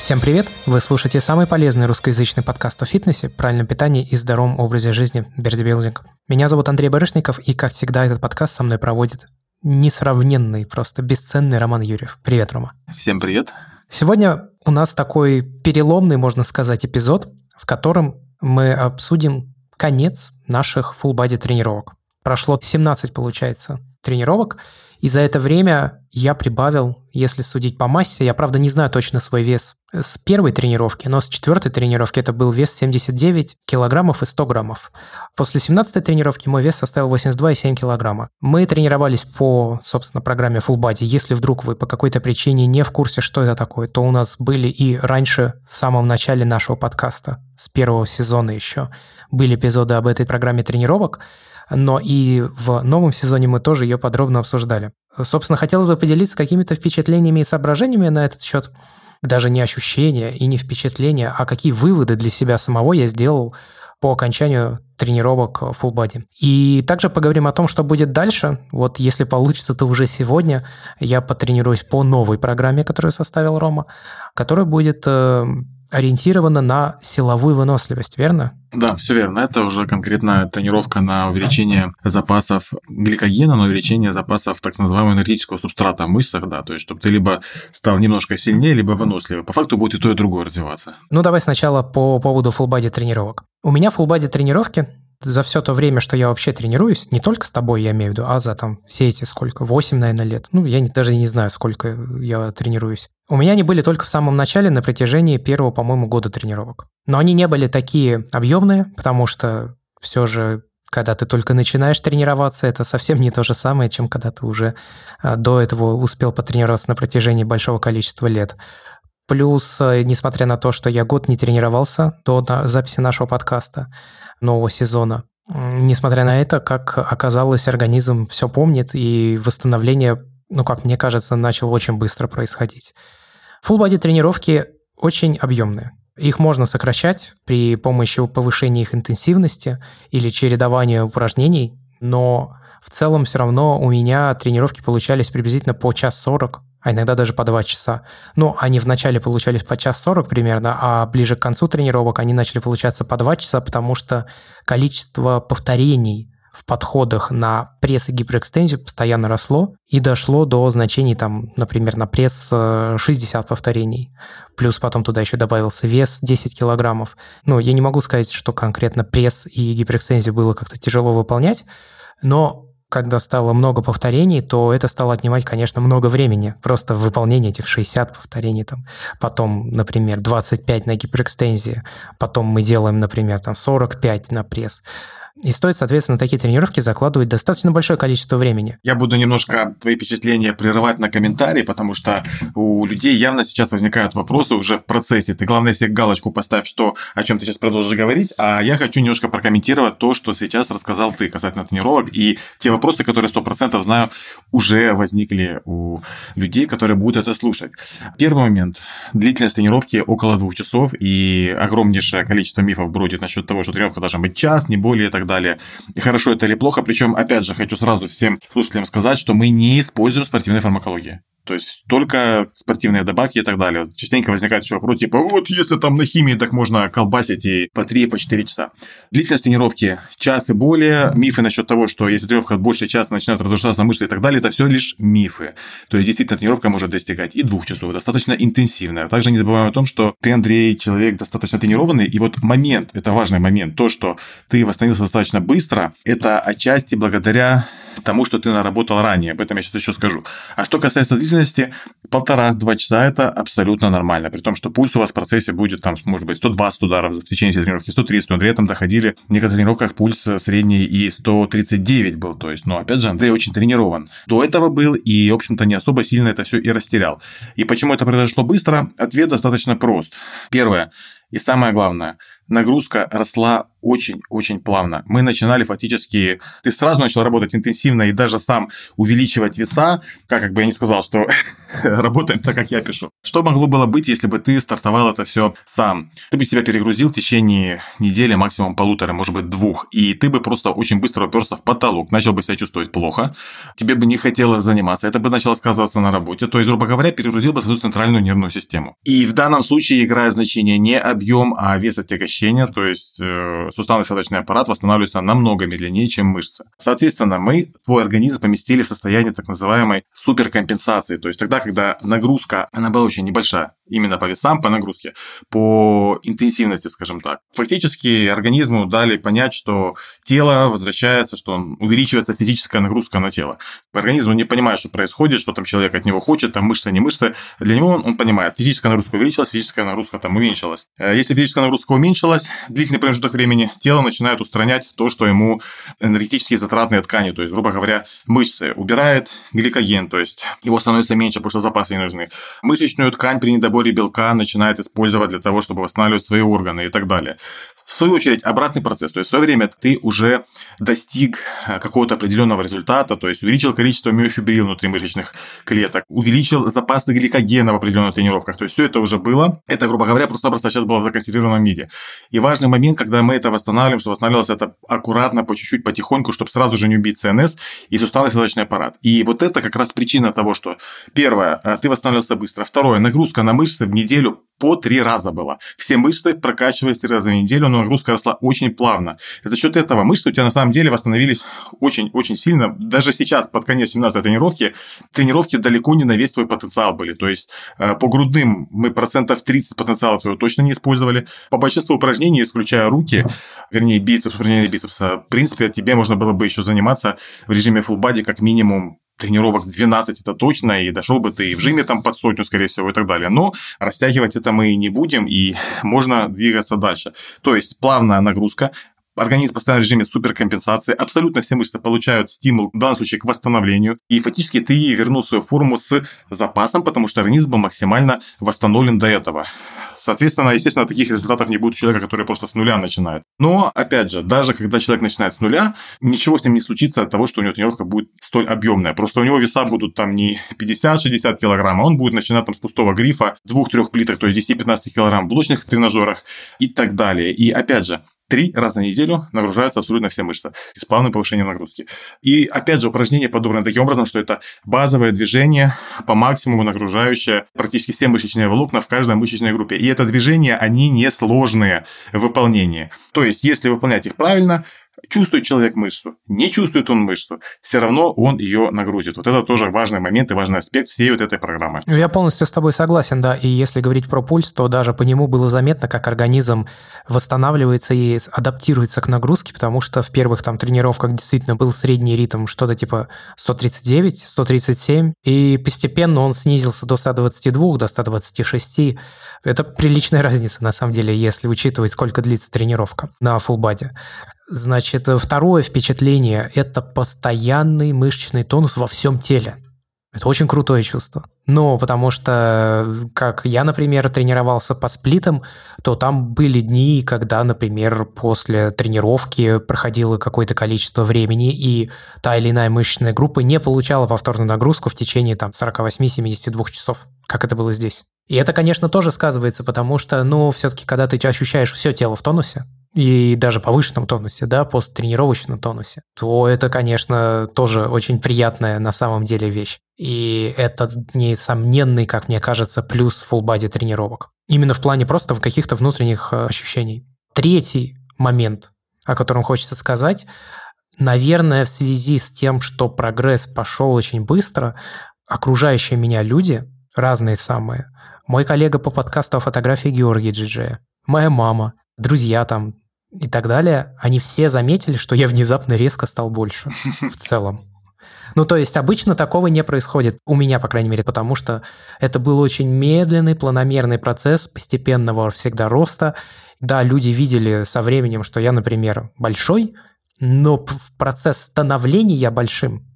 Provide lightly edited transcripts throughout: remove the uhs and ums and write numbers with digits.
Всем привет! Вы слушаете самый полезный русскоязычный подкаст о фитнесе, правильном питании и здоровом образе жизни «Бердибилдинг». Меня зовут Андрей Барышников, и, как всегда, этот подкаст со мной проводит несравненный, просто бесценный Роман Юрьев. Привет, Рома. Всем привет. Сегодня у нас такой переломный, можно сказать, эпизод, в котором мы обсудим конец наших full-body тренировок. Прошло 17, получается, тренировок, и за это время я прибавил, если судить по массе, я, правда, не знаю точно свой вес с первой тренировки, но с четвертой тренировки это был вес 79 килограммов и 100 граммов. После 17-й тренировки мой вес составил 82,7 килограмма. Мы тренировались по, собственно, программе Full Body. Если вдруг вы по какой-то причине не в курсе, что это такое, то у нас были и раньше, в самом начале нашего подкаста, с первого сезона еще, были эпизоды об этой программе тренировок, но и в новом сезоне мы тоже ее подробно обсуждали. Собственно, хотелось бы поделиться какими-то впечатлениями и соображениями на этот счет. Даже не ощущения и не впечатления, а какие выводы для себя самого я сделал по окончанию тренировок Full Body. И также поговорим о том, что будет дальше. Вот если получится, то уже сегодня я потренируюсь по новой программе, которую составил Рома, которая будет ориентирована на силовую выносливость, верно? Да, все верно. Это уже конкретная тренировка на увеличение запасов гликогена, на увеличение запасов так называемого энергетического субстрата в мышцах, да, то есть чтобы ты либо стал немножко сильнее, либо выносливее. По факту будет и то, и другое развиваться. Ну, давай сначала по поводу Full Body тренировок. У меня Full Body тренировки за все то время, что я вообще тренируюсь, не только с тобой, я имею в виду, а за там все эти сколько, 8, наверное, лет. Ну, я даже не знаю, сколько я тренируюсь. У меня они были только в самом начале, на протяжении первого, по-моему, года тренировок. Но они не были такие объемные, потому что все же, когда ты только начинаешь тренироваться, это совсем не то же самое, чем когда ты уже до этого успел потренироваться на протяжении большого количества лет. Плюс, несмотря на то, что я год не тренировался до записи нашего подкаста, нового сезона, несмотря на это, как оказалось, организм все помнит, и восстановление, как мне кажется, начало очень быстро происходить. Full-body тренировки очень объемные. Их можно сокращать при помощи повышения их интенсивности или чередования упражнений, но в целом все равно у меня тренировки получались приблизительно по 1:40, а иногда даже по 2 часа. Ну, они вначале получались по 1:40 примерно, а ближе к концу тренировок они начали получаться по 2 часа, потому что количество повторений в подходах на пресс и гиперэкстензию постоянно росло и дошло до значений, там, например, на пресс 60 повторений. Плюс потом туда еще добавился вес 10 килограммов. Ну, я не могу сказать, что конкретно пресс и гиперэкстензию было как-то тяжело выполнять, но когда стало много повторений, то это стало отнимать, конечно, много времени. Просто в выполнении этих 60 повторений. Там. Потом, например, 25 на гиперэкстензии. Потом мы делаем, например, 45 на пресс. И стоит, соответственно, такие тренировки закладывать достаточно большое количество времени. Я буду немножко твои впечатления прерывать на комментарии, потому что у людей явно сейчас возникают вопросы уже в процессе. Ты, главное, себе галочку поставь, о чем ты сейчас продолжишь говорить, а я хочу немножко прокомментировать то, что сейчас рассказал ты касательно тренировок, и те вопросы, которые 100% знаю, уже возникли у людей, которые будут это слушать. Первый момент. Длительность тренировки около 2 часов, и огромнейшее количество мифов бродит насчет того, что тренировка должна быть час, не более, и так далее. И хорошо это или плохо, причем, опять же, хочу сразу всем слушателям сказать, что мы не используем спортивную фармакологию. То есть только спортивные добавки и так далее. Частенько возникает еще вопрос, типа, вот если там на химии, так можно колбасить и по 3, по 4 часа. Длительность тренировки час и более. Мифы насчет того, что если тренировка больше часа начинает разрушаться мышцы и так далее, это все лишь мифы. То есть действительно тренировка может достигать и 2 часов, достаточно интенсивная. Также не забываем о том, что ты, Андрей, человек достаточно тренированный, и вот момент, это важный момент, то, что ты восстановился достаточно быстро, это отчасти благодаря тому, что ты наработал ранее. Об этом я сейчас еще скажу. А что касается длительности, 1,5-2 часа – это абсолютно нормально. При том, что пульс у вас в процессе будет, там, может быть, 120 ударов в течение всей тренировки, 130, но при этом доходили в некоторых тренировках пульс средний и 139 был. То есть, опять же, Андрей очень тренирован. До этого был и, в общем-то, не особо сильно это все и растерял. И почему это произошло быстро? Ответ достаточно прост. Первое. И самое главное, нагрузка росла очень-очень плавно. Мы начинали фактически... Ты сразу начал работать интенсивно и даже сам увеличивать веса, как бы я не сказал, что работаем так, как я пишу. Что могло было быть, если бы ты стартовал это все сам? Ты бы себя перегрузил в течение недели, максимум 1,5, может быть 2, и ты бы просто очень быстро уперся в потолок, начал бы себя чувствовать плохо, тебе бы не хотелось заниматься, это бы начало сказываться на работе, то есть, грубо говоря, перегрузил бы свою центральную нервную систему. И в данном случае играет значение не объем, а вес отягощения, то есть суставно-связочный аппарат восстанавливается намного медленнее, чем мышцы. Соответственно, мы твой организм поместили в состояние так называемой суперкомпенсации, то есть тогда, когда нагрузка, она была очень небольшая, именно по весам, по нагрузке, по интенсивности, скажем так. Фактически организму дали понять, что тело возвращается, что увеличивается физическая нагрузка на тело. Организм не понимает, что происходит, что там человек от него хочет, там мышцы, не мышцы. Для него он понимает, физическая нагрузка увеличилась, физическая нагрузка там уменьшилась. Если физическая нагрузка уменьшилась, длительный промежуток времени, тело начинает устранять то, что ему энергетически затратные ткани, то есть, грубо говоря, мышцы, убирает гликоген, то есть его становится меньше, потому что запасы не нужны. Мышечную ткань при недоборе белка начинает использовать для того, чтобы восстанавливать свои органы и так далее. В свою очередь, обратный процесс. То есть, в свое время ты уже достиг какого-то определенного результата, то есть, увеличил количество миофибрил внутримышечных клеток, увеличил запасы гликогена в определенных тренировках. То есть, все это уже было. Это, грубо говоря, просто-напросто сейчас было в законсервированном виде. И важный момент, когда мы это восстанавливаем, что восстанавливалось это аккуратно, по чуть-чуть, потихоньку, чтобы сразу же не убить ЦНС и суставно-связочный аппарат. И вот это как раз причина того, что, первое, ты восстанавливался быстро. Второе, нагрузка на мышцы в неделю по 3 раза была. Все мышцы прокачивались 3 раза в неделю, но нагрузка росла очень плавно. И за счет этого мышцы у тебя на самом деле восстановились очень-очень сильно. Даже сейчас, под конец 17-й тренировки далеко не на весь твой потенциал были. То есть, по грудным мы 30% потенциала своего точно не использовали. По большинству упражнений, исключая руки, вернее, упражнения бицепса, в принципе, тебе можно было бы еще заниматься в режиме full body как минимум тренировок 12 это точно, и дошел бы ты и в жиме там под 100, скорее всего, и так далее. Но растягивать это мы не будем, и можно двигаться дальше. То есть, плавная нагрузка, организм постоянно в режиме суперкомпенсации, абсолютно все мышцы получают стимул, в данном случае, к восстановлению, и фактически ты вернул свою форму с запасом, потому что организм был максимально восстановлен до этого. Соответственно, естественно, таких результатов не будет у человека, который просто с нуля начинает. Но, опять же, даже когда человек начинает с нуля, ничего с ним не случится от того, что у него тренировка будет столь объемная. Просто у него веса будут там не 50-60 килограмм, а он будет начинать там с пустого грифа, 2-3 плиток, то есть 10-15 килограмм в блочных тренажерах и так далее. И, опять же, 3 раза в неделю нагружаются абсолютно все мышцы с плавным повышением нагрузки. И, опять же, упражнение подобрано таким образом, что это базовое движение, по максимуму нагружающее практически все мышечные волокна в каждой мышечной группе. И это движения, они несложные в выполнении. То есть, если выполнять их правильно, чувствует человек мышцу, не чувствует он мышцу, все равно он ее нагрузит. Вот это тоже важный момент и важный аспект всей вот этой программы. Я полностью с тобой согласен, да. И если говорить про пульс, то даже по нему было заметно, как организм восстанавливается и адаптируется к нагрузке, потому что в первых там тренировках действительно был средний ритм что-то типа 139, 137, и постепенно он снизился до 122, до 126. Это приличная разница, на самом деле, если учитывать, сколько длится тренировка на full body. Значит, второе впечатление – это постоянный мышечный тонус во всем теле. Это очень крутое чувство. Ну, потому что, как я, например, тренировался по сплитам, то там были дни, когда, например, после тренировки проходило какое-то количество времени, и та или иная мышечная группа не получала повторную нагрузку в течение там 48-72 часов, как это было здесь. И это, конечно, тоже сказывается, потому что, ну, все-таки, когда ты ощущаешь все тело в тонусе, и даже повышенном тонусе, да, посттренировочном тонусе, то это, конечно, тоже очень приятная на самом деле вещь. И это несомненный, как мне кажется, плюс full body тренировок. Именно в плане просто каких-то внутренних ощущений. Третий момент, о котором хочется сказать, наверное, в связи с тем, что прогресс пошел очень быстро, окружающие меня люди, разные самые, мой коллега по подкасту о фотографии Георгий Джиджея, моя мама, друзья там, и так далее, они все заметили, что я внезапно резко стал больше в целом. Ну, то есть обычно такого не происходит, у меня, по крайней мере, потому что это был очень медленный, планомерный процесс постепенного всегда роста. Да, люди видели со временем, что я, например, большой, но в процесс становления большим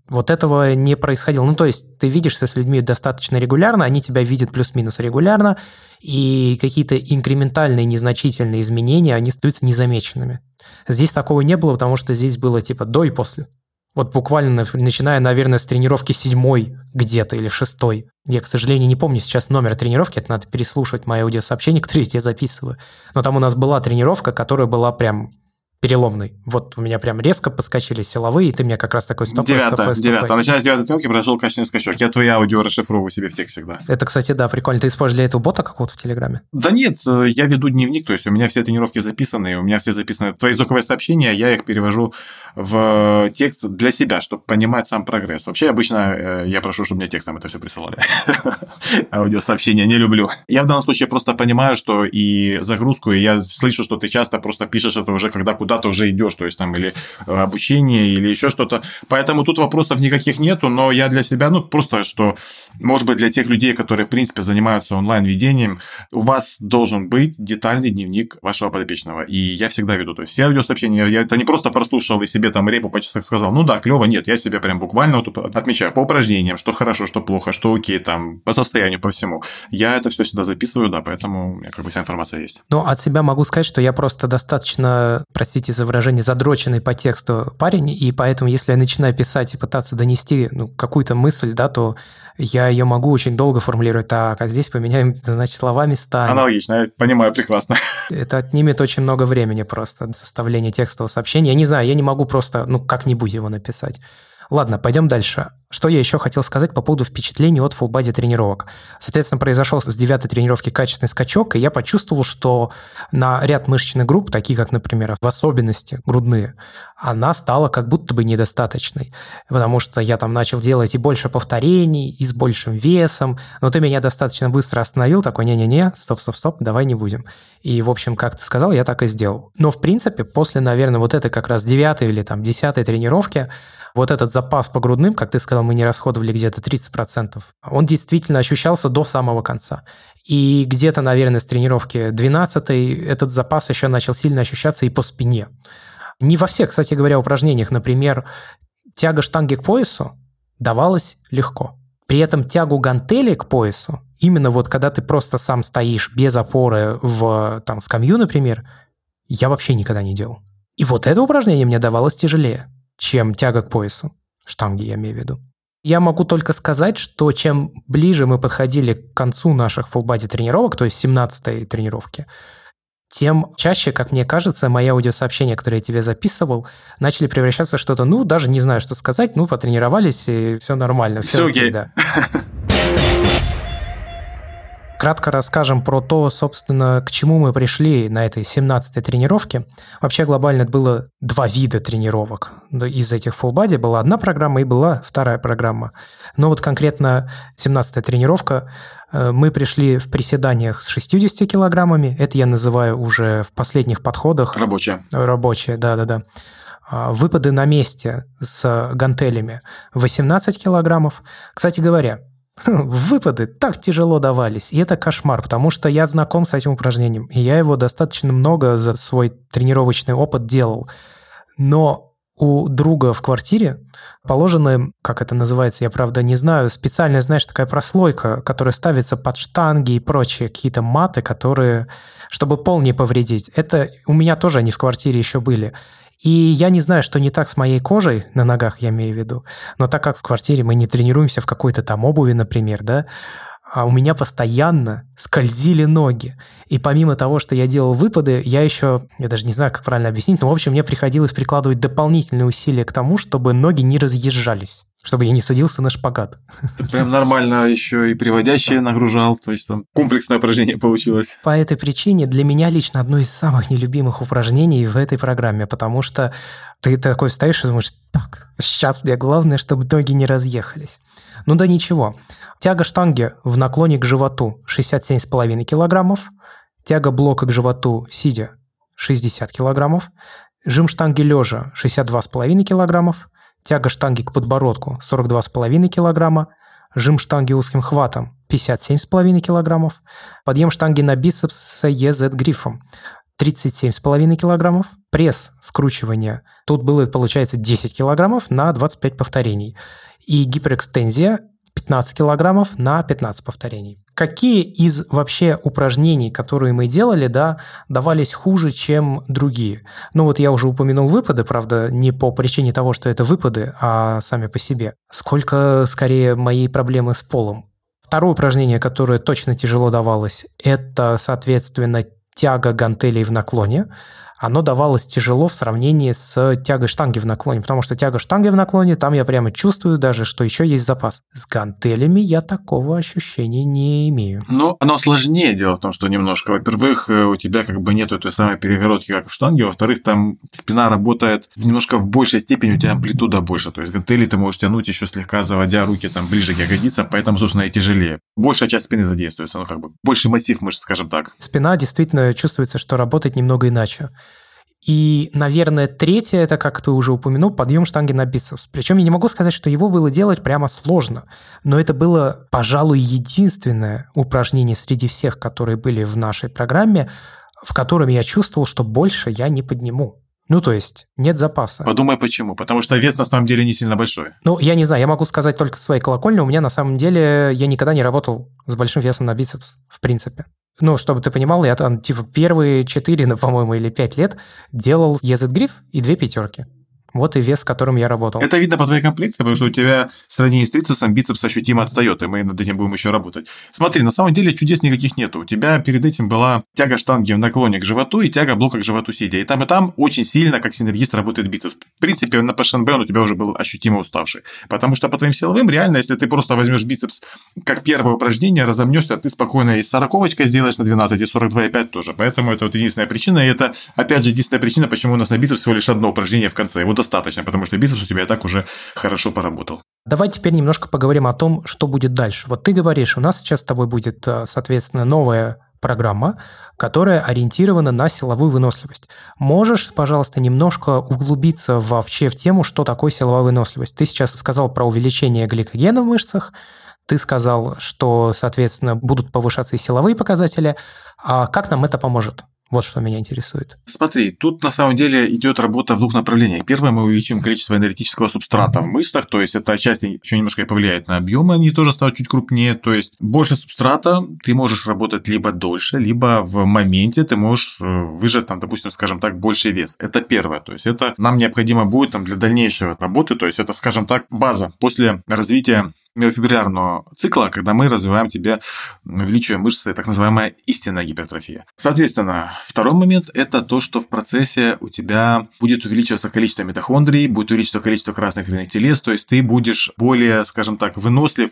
Вот этого не происходило. Ну, то есть ты видишься с людьми достаточно регулярно, они тебя видят плюс-минус регулярно, и какие-то инкрементальные, незначительные изменения, они остаются незамеченными. Здесь такого не было, потому что здесь было типа до и после. Вот буквально начиная, наверное, с тренировки 7 где-то или 6. Я, к сожалению, не помню сейчас номер тренировки, это надо переслушивать мои аудиосообщения, которые я записываю. Но там у нас была тренировка, которая была прям переломный. Вот у меня прям резко подскочили силовые, и ты мне как раз такой стопой. Начиная с 9 тренировки произошел качественный скачок. Я твои аудио расшифровываю себе в текст всегда. Это, кстати, да, прикольно. Ты используешь для этого бота какого-то в Телеграме? Да нет, я веду дневник, то есть у меня все тренировки записаны, у меня все записаны твои звуковые сообщения, я их перевожу в текст для себя, чтобы понимать сам прогресс. Вообще, обычно я прошу, чтобы мне текстом это все присылали. Аудиосообщения не люблю. Я в данном случае просто понимаю, что и загрузку, и я слышу, что ты часто просто пишешь это уже, когда куда-то уже идешь, то есть там или обучение, или еще что-то. Поэтому тут вопросов никаких нету, но я для себя, просто что, может быть, для тех людей, которые, в принципе, занимаются онлайн-ведением, у вас должен быть детальный дневник вашего подопечного. И я всегда веду. То есть все аудиосообщения, я это не просто прослушал и себе там репу по часам сказал, ну да, клево, нет, я себе прям буквально отмечаю по упражнениям, что хорошо, что плохо, что окей, там, по состоянию, по всему. Я это все всегда записываю, да, поэтому у меня вся информация есть. Ну, от себя могу сказать, что я просто достаточно, простите за выражение, задроченный по тексту парень, и поэтому, если я начинаю писать и пытаться донести какую-то мысль, да, то я ее могу очень долго формулировать. Так, а здесь поменяем, значит, слова местами. Аналогично, я понимаю прекрасно. Это отнимет очень много времени просто, составление текстового сообщения. Я не знаю, я не могу просто, как-нибудь его написать. Ладно, пойдем дальше. Что я еще хотел сказать по поводу впечатлений от full-body тренировок. Соответственно, произошел с 9-й тренировки качественный скачок, и я почувствовал, что на ряд мышечных групп, такие как, например, в особенности грудные, она стала как будто бы недостаточной. Потому что я там начал делать и больше повторений, и с большим весом, но ты меня достаточно быстро остановил, такой, не-не-не, стоп, давай не будем. И, в общем, как ты сказал, я так и сделал. Но, в принципе, после, наверное, вот этой как раз 9-й или там 10-й тренировки, вот этот запас по грудным, как ты сказал, мы не расходовали где-то 30%, он действительно ощущался до самого конца. И где-то, наверное, с тренировки 12-й этот запас еще начал сильно ощущаться и по спине. Не во всех, кстати говоря, упражнениях, например, тяга штанги к поясу давалась легко. При этом тягу гантелей к поясу, именно вот когда ты просто сам стоишь без опоры в там, скамью, например, я вообще никогда не делал. И вот это упражнение мне давалось тяжелее, чем тяга к поясу, штанги я имею в виду. Я могу только сказать, что чем ближе мы подходили к концу наших full-body тренировок, то есть 17-й тренировки, тем чаще, как мне кажется, мои аудиосообщения, которые я тебе записывал, начали превращаться в что-то, даже не знаю, что сказать, потренировались, и все нормально. Все окей. Да. Кратко расскажем про то, собственно, к чему мы пришли на этой 17-й тренировке. Вообще глобально это было 2 вида тренировок. Из этих full-body была одна программа и была вторая программа. Но вот конкретно 17-я тренировка, мы пришли в приседаниях с 60 килограммами. Это я называю уже в последних подходах. Рабочая, да. Выпады на месте с гантелями 18 килограммов. Кстати говоря, выпады так тяжело давались, и это кошмар, потому что я знаком с этим упражнением, и я его достаточно много за свой тренировочный опыт делал. Но у друга в квартире положена, как это называется, я правда не знаю, специальная, знаешь, такая прослойка, которая ставится под штанги и прочие какие-то маты, которые, чтобы пол не повредить. Это у меня тоже они в квартире еще были. И я не знаю, что не так с моей кожей, на ногах я имею в виду, но так как в квартире мы не тренируемся в какой-то там обуви, например, да, а у меня постоянно скользили ноги. И помимо того, что я делал выпады, я даже не знаю, как правильно объяснить, но, в общем, мне приходилось прикладывать дополнительные усилия к тому, чтобы ноги не разъезжались, чтобы я не садился на шпагат. Ты прям нормально еще и приводящие нагружал, то есть там комплексное упражнение получилось. По этой причине для меня лично одно из самых нелюбимых упражнений в этой программе, потому что ты такой встаешь и думаешь, так, сейчас мне главное, чтобы ноги не разъехались. Ну да ничего. Тяга штанги в наклоне к животу 67,5 килограммов, тяга блока к животу сидя 60 килограммов, жим штанги лежа 62,5 килограммов, тяга штанги к подбородку 42,5 килограмма, жим штанги узким хватом 57,5 килограммов, подъем штанги на бицепс с EZ-грифом 37,5 килограммов. Пресс скручивания тут было, получается, 10 килограммов на 25 повторений. И гиперэкстензия 15 килограммов на 15 повторений. Какие из вообще упражнений, которые мы делали, давались хуже, чем другие? Ну вот я уже упомянул выпады, правда, не по причине того, что это выпады, а сами по себе. Сколько, скорее, моей проблемы с полом. Второе упражнение, которое точно тяжело давалось, это, соответственно, тяга гантелей в наклоне. Оно давалось тяжело в сравнении с тягой штанги в наклоне, потому что тяга штанги в наклоне, там я прямо чувствую даже, что еще есть запас. С гантелями я такого ощущения не имею. Но оно сложнее, дело в том, что немножко. Во-первых, у тебя как бы нету той самой перегородки, как в штанге. Во-вторых, там спина работает немножко в большей степени, у тебя амплитуда больше. То есть гантели ты можешь тянуть еще слегка, заводя руки там ближе к ягодицам, поэтому, собственно, и тяжелее. Большая часть спины задействуется, ну как бы больше массив мышц, скажем так. Спина действительно чувствуется, что работает немного иначе. И, наверное, третье, это, как ты уже упомянул, подъем штанги на бицепс. Причем я не могу сказать, что его было делать прямо сложно, но это было, пожалуй, единственное упражнение среди всех, которые были в нашей программе, в котором я чувствовал, что больше я не подниму. Ну, то есть, нет запаса. Подумай, почему. Потому что вес на самом деле не сильно большой. Ну, я не знаю, я могу сказать только своей колокольни. У меня на самом деле, я никогда не работал с большим весом на бицепс, в принципе. Ну, чтобы ты понимал, я там, первые 4, по-моему, или 5 лет делал EZ-гриф и 2 пятерки. Вот и вес, с которым я работал. Это видно по твоей комплекции, потому что у тебя в сравнении с трицепсом бицепс ощутимо отстает, и мы над этим будем еще работать. Смотри, на самом деле чудес никаких нету. У тебя перед этим была тяга штанги в наклоне к животу и тяга блока к животу сидя. И там очень сильно, как синергист, работает бицепс. В принципе, на ПШНБ он у тебя уже был ощутимо уставший. Потому что по твоим силовым, реально, если ты просто возьмешь бицепс как первое упражнение, разомнешься, ты спокойно и 40-очкой сделаешь на 12, и 42,5 тоже. Поэтому это вот единственная причина. И это, опять же, единственная причина, почему у нас на бицепс всего лишь одно упражнение в конце. Его достаточно, потому что бицепс у тебя и так уже хорошо поработал. Давай теперь немножко поговорим о том, что будет дальше. Вот ты говоришь, у нас сейчас с тобой будет, соответственно, новая программа, которая ориентирована на силовую выносливость. Можешь, пожалуйста, немножко углубиться вообще в тему, что такое силовая выносливость? Ты сейчас сказал про увеличение гликогена в мышцах, ты сказал, что, соответственно, будут повышаться и силовые показатели. А как нам это поможет? Вот что меня интересует. Смотри, тут на самом деле идет работа в двух направлениях. Первое, мы увеличим количество энергетического субстрата в мышцах, то есть это отчасти еще немножко повлияет на объемы, они тоже станут чуть крупнее, то есть больше субстрата, ты можешь работать либо дольше, либо в моменте ты можешь выжать, там, допустим, скажем так, больше вес. Это первое, то есть это нам необходимо будет там, для дальнейшей работы, то есть это, скажем так, база после развития миофибриллярного цикла, когда мы развиваем тебе, увеличиваем мышцы, так называемая истинная гипертрофия. Соответственно, второй момент – это то, что в процессе у тебя будет увеличиваться количество митохондрий, будет увеличиваться количество красных крыльных телец, то есть ты будешь более, скажем так, вынослив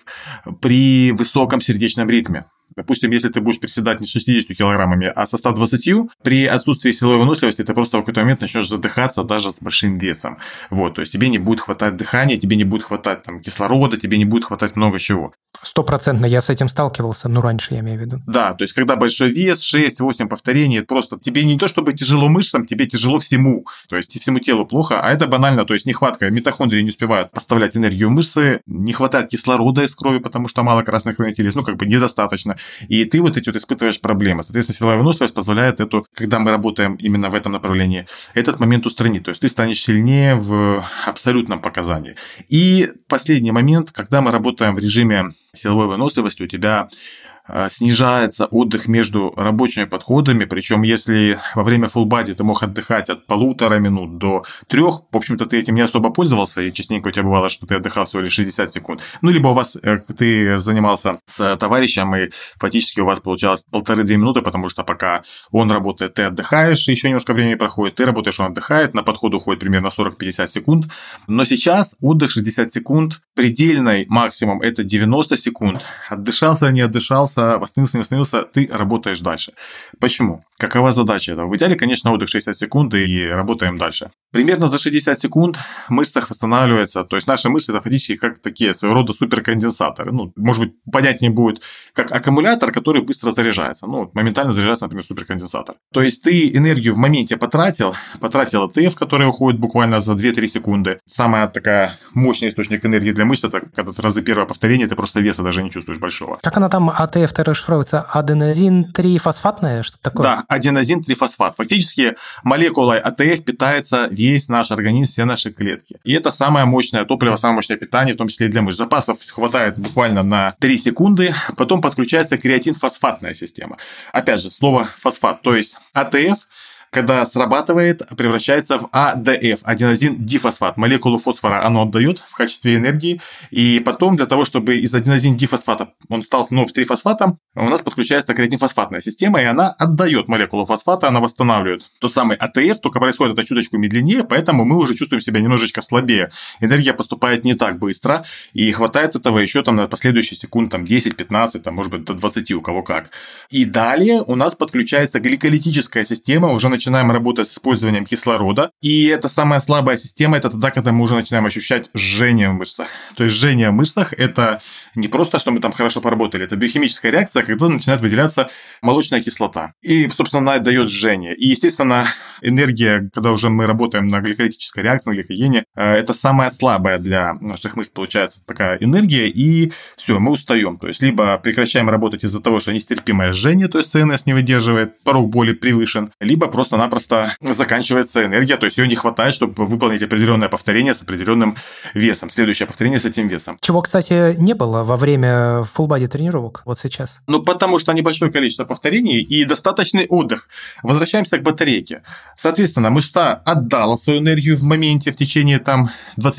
при высоком сердечном ритме. Допустим, если ты будешь приседать не с 60 килограммами, а со 120, при отсутствии силовой выносливости ты просто в какой-то момент начнешь задыхаться даже с большим весом. Вот, то есть тебе не будет хватать дыхания, тебе не будет хватать там, кислорода, тебе не будет хватать много чего. 100% я с этим сталкивался, ну, раньше я имею в виду. Да, то есть когда большой вес, 6-8 повторений, просто тебе не то чтобы тяжело мышцам, тебе тяжело всему, то есть всему телу плохо, а это банально, то есть нехватка, митохондрии не успевают поставлять энергию в мышцы, не хватает кислорода из крови, потому что мало красных крыльных телец, ну, как бы недостаточно. И ты вот эти вот испытываешь проблемы. Соответственно, силовая выносливость позволяет эту, когда мы работаем именно в этом направлении, этот момент устранить. То есть ты станешь сильнее в абсолютном показании. И последний момент, когда мы работаем в режиме силовой выносливости, у тебя снижается отдых между рабочими подходами, причем если во время full body ты мог отдыхать от 1,5 минут до 3, в общем-то ты этим не особо пользовался, и частенько у тебя бывало, что ты отдыхал всего лишь 60 секунд. Ну, либо у вас ты занимался с товарищем, и фактически у вас получалось 1,5-2 минуты, потому что пока он работает, ты отдыхаешь, еще немножко времени проходит, ты работаешь, он отдыхает, на подход уходит примерно 40-50 секунд. Но сейчас отдых 60 секунд, предельный максимум это 90 секунд. Отдышался, не отдышался, восстановился, не восстановился, ты работаешь дальше. Почему? Какова задача этого? В идеале, конечно, отдых 60 секунд и работаем дальше. Примерно за 60 секунд в мышцах восстанавливается, то есть наши мышцы это фактически как такие своего рода суперконденсаторы. Ну, может быть, понятнее будет, как аккумулятор, который быстро заряжается. Ну, моментально заряжается, например, суперконденсатор. То есть ты энергию в моменте потратил АТФ, который уходит буквально за 2-3 секунды. Самая такая мощный источник энергии для мышц, это когда ты разы первое повторение, ты просто веса даже не чувствуешь большого. Как она там, АТФ-то расшифровывается? Аденозин-3-фосфатная, что такое? Да, аденозин-3-фосфат. Фактически молекулой АТФ питается весь наш организм, все наши клетки. И это самое мощное топливо, самое мощное питание, в том числе и для мышц. Запасов хватает буквально на 3 секунды, потом подключается креатин-фосфатная система. Опять же, слово фосфат, то есть АТФ, когда срабатывает, превращается в АДФ, аденозин-дифосфат. Молекулу фосфора оно отдает в качестве энергии, и потом для того, чтобы из аденозин-дифосфата он стал снова 3-фосфатом, у нас подключается креатин-фосфатная система, и она отдает молекулу фосфата, она восстанавливает тот самый АТФ, только происходит это чуточку медленнее, поэтому мы уже чувствуем себя немножечко слабее. Энергия поступает не так быстро, и хватает этого еще там на последующие секунд там, 10-15, там, может быть, до 20, у кого как. И далее у нас подключается гликолитическая система, уже начинаем работать с использованием кислорода, и это самая слабая система, это тогда, когда мы уже начинаем ощущать жжение в мышцах. То есть жжение в мышцах – это не просто, что мы там хорошо поработали, это биохимическая реакция, когда начинает выделяться молочная кислота. И, собственно, она дает жжение. И, естественно, энергия, когда уже мы работаем на гликолитической реакции, на гликогене, это самая слабая для наших мышц, получается, такая энергия, и все, мы устаем. То есть, либо прекращаем работать из-за того, что нестерпимое жжение, то есть ЦНС не выдерживает, порог боли превышен, либо просто-напросто заканчивается энергия, то есть ее не хватает, чтобы выполнить определенное повторение с определенным весом, следующее повторение с этим весом. Чего, кстати, не было во время фулл-бади тренировок вот сейчас. Ну, потому что небольшое количество повторений и достаточный отдых. Возвращаемся к батарейке. Соответственно, мышца отдала свою энергию в моменте, в течение там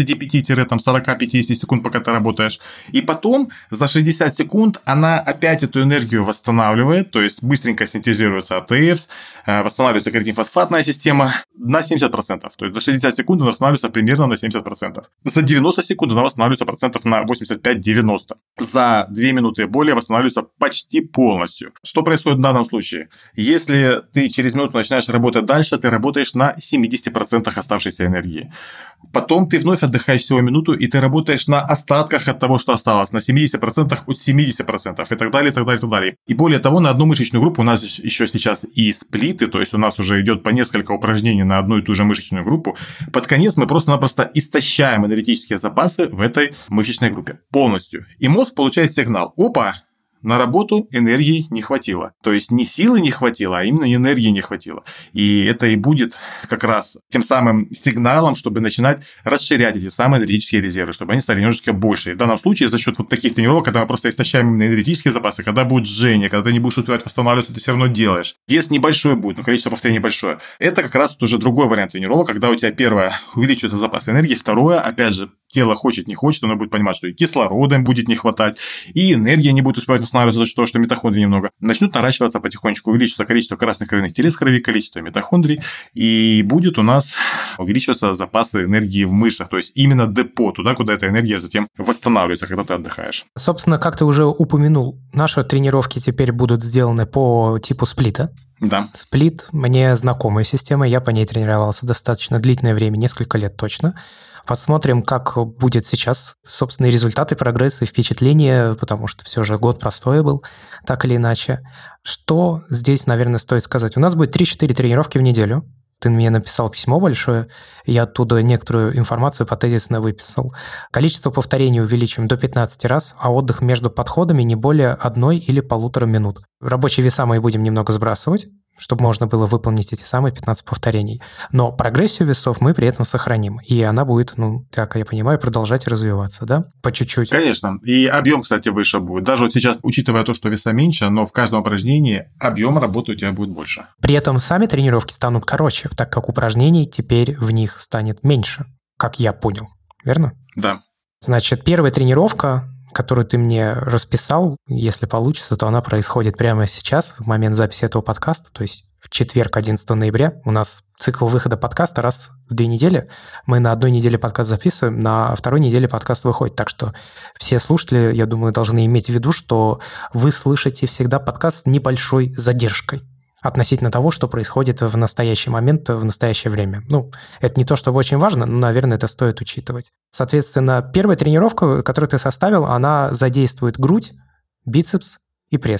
25-40-50 секунд, пока ты работаешь. И потом за 60 секунд она опять эту энергию восстанавливает, то есть быстренько синтезируется АТФ, восстанавливается креатин-фосфатная система на 70%. То есть за 60 секунд она восстанавливается примерно на 70%. За 90 секунд она восстанавливается процентов на 85-90%. За 2 минуты и более восстанавливается почти полностью. Что происходит в данном случае? Если ты через минуту начинаешь работать дальше, ты работаешь на 70% оставшейся энергии. Потом ты вновь отдыхаешь всего минуту, и ты работаешь на остатках от того, что осталось, на 70% от 70%, и так далее, и так далее, и так далее. И более того, на одну мышечную группу у нас еще сейчас и сплиты, то есть у нас уже идет по несколько упражнений на одну и ту же мышечную группу. Под конец мы просто-напросто истощаем энергетические запасы в этой мышечной группе полностью. И мозг получает сигнал: опа, на работу энергии не хватило. То есть не силы не хватило, а именно энергии не хватило. И это и будет как раз тем самым сигналом, чтобы начинать расширять эти самые энергетические резервы, чтобы они стали немножечко больше. И в данном случае за счет вот таких тренировок, когда мы просто истощаем именно энергетические запасы, когда будет жжение, когда ты не будешь успевать восстанавливаться, ты все равно делаешь. Вес небольшой будет, но количество повторений большое. Это как раз уже другой вариант тренировок, когда у тебя первое увеличивается запас энергии, второе, опять же, тело хочет, не хочет, оно будет понимать, что и кислорода будет не хватать, и энергия не будет успевать восстанавливаться за счет того, что митохондрии немного. Начнут наращиваться потихонечку, увеличится количество красных кровяных телец в крови, количество митохондрий, и будет у нас увеличиваться запасы энергии в мышцах, то есть именно депо, туда, куда эта энергия затем восстанавливается, когда ты отдыхаешь. Собственно, как ты уже упомянул, наши тренировки теперь будут сделаны по типу сплита. Да. Сплит мне знакомая система, я по ней тренировался достаточно длительное время, несколько лет точно. Посмотрим, как будет сейчас, собственно, результаты, прогресс и впечатления, потому что все же год простой был, так или иначе. Что здесь, наверное, стоит сказать? У нас будет 3-4 тренировки в неделю. Ты мне написал письмо большое, я оттуда некоторую информацию потезисно выписал. Количество повторений увеличим до 15 раз, а отдых между подходами не более 1 или 1,5 минут. Рабочие веса мы будем немного сбрасывать, чтобы можно было выполнить эти самые 15 повторений. Но прогрессию весов мы при этом сохраним. И она будет, как я понимаю, продолжать развиваться, да? По чуть-чуть. Конечно. И объем, кстати, выше будет. Даже вот сейчас, учитывая то, что веса меньше, но в каждом упражнении объем работы у тебя будет больше. При этом сами тренировки станут короче, так как упражнений теперь в них станет меньше, как я понял. Верно? Да. Значит, первая тренировка, которую ты мне расписал, если получится, то она происходит прямо сейчас, в момент записи этого подкаста, то есть в четверг, 11 ноября. У нас цикл выхода подкаста раз в 2 недели. Мы на 1 неделе подкаст записываем, на 2 неделе подкаст выходит. Так что все слушатели, я думаю, должны иметь в виду, что вы слышите всегда подкаст с небольшой задержкой относительно того, что происходит в настоящий момент, в настоящее время. Это не то, что очень важно, но, наверное, это стоит учитывать. Соответственно, первая тренировка, которую ты составил, она задействует грудь, бицепс и пресс.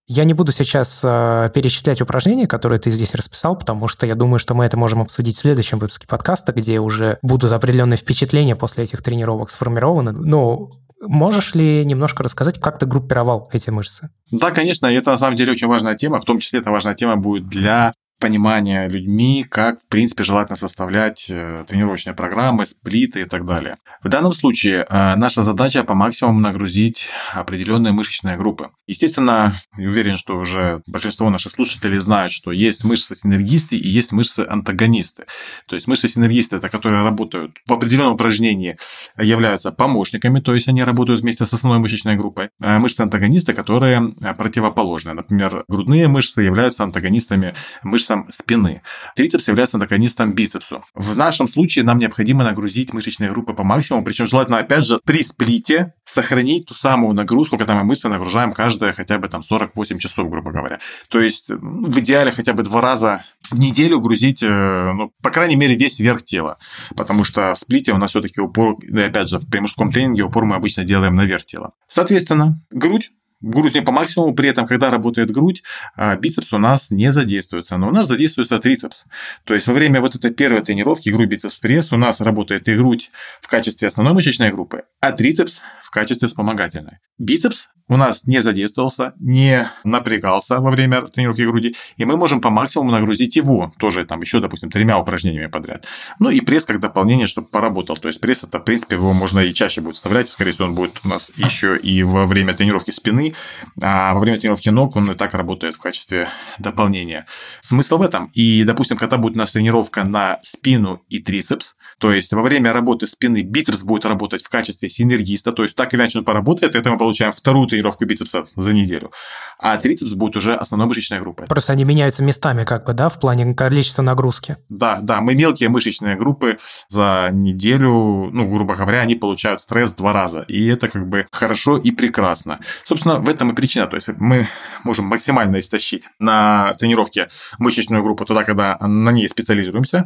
Я не буду сейчас перечислять упражнения, которые ты здесь расписал, потому что я думаю, что мы это можем обсудить в следующем выпуске подкаста, где уже будут определенные впечатления после этих тренировок сформированы. Но можешь ли немножко рассказать, как ты группировал эти мышцы? Да, конечно, это на самом деле очень важная тема, в том числе эта важная тема будет для понимания людьми, как, в принципе, желательно составлять тренировочные программы, сплиты и так далее. В данном случае наша задача по максимуму нагрузить определенные мышечные группы. Естественно, я уверен, что уже большинство наших слушателей знают, что есть мышцы-синергисты и есть мышцы-антагонисты. То есть мышцы-синергисты – это которые работают в определенном упражнении, являются помощниками, то есть они работают вместе с основной мышечной группой. А мышцы-антагонисты, которые противоположны. Например, грудные мышцы являются антагонистами мышц спины. Трицепс является антагонистом бицепсу. В нашем случае нам необходимо нагрузить мышечные группы по максимуму, причем желательно, опять же, при сплите сохранить ту самую нагрузку, когда мы мышцы нагружаем каждые хотя бы 48 часов, грубо говоря. То есть в идеале хотя бы 2 раза в неделю грузить, по крайней мере, весь верх тела, потому что в сплите у нас все-таки упор, и опять же, при мужском тренинге упор мы обычно делаем на верх тела. Соответственно, грудь. Грудь по максимуму, при этом, когда работает грудь, бицепс у нас не задействуется, но у нас задействуется трицепс. То есть во время вот этой первой тренировки грудь, бицепс, пресс у нас работает и грудь в качестве основной мышечной группы, а трицепс в качестве вспомогательной. Бицепс у нас не задействовался, не напрягался во время тренировки груди, и мы можем по максимуму нагрузить его, тоже там еще, допустим, 3 упражнениями подряд. Ну и пресс как дополнение, чтобы поработал. То есть пресс это, в принципе, его можно и чаще будет вставлять, скорее всего, он будет у нас еще и во время тренировки спины, а во время тренировки ног он и так работает в качестве дополнения. Смысл в этом. И, допустим, когда будет у нас тренировка на спину и трицепс, то есть во время работы спины бицепс будет работать в качестве синергиста, то есть так или иначе он поработает, это мы получаем вторую тренировку бицепса за неделю, а трицепс будет уже основной мышечной группой. Просто они меняются местами как бы, да, в плане количества нагрузки? Да, мы мелкие мышечные группы за неделю, грубо говоря, они получают стресс 2 раза, и это как бы хорошо и прекрасно. Собственно, в этом и причина, то есть мы можем максимально истощить на тренировке мышечную группу тогда, когда на ней специализируемся,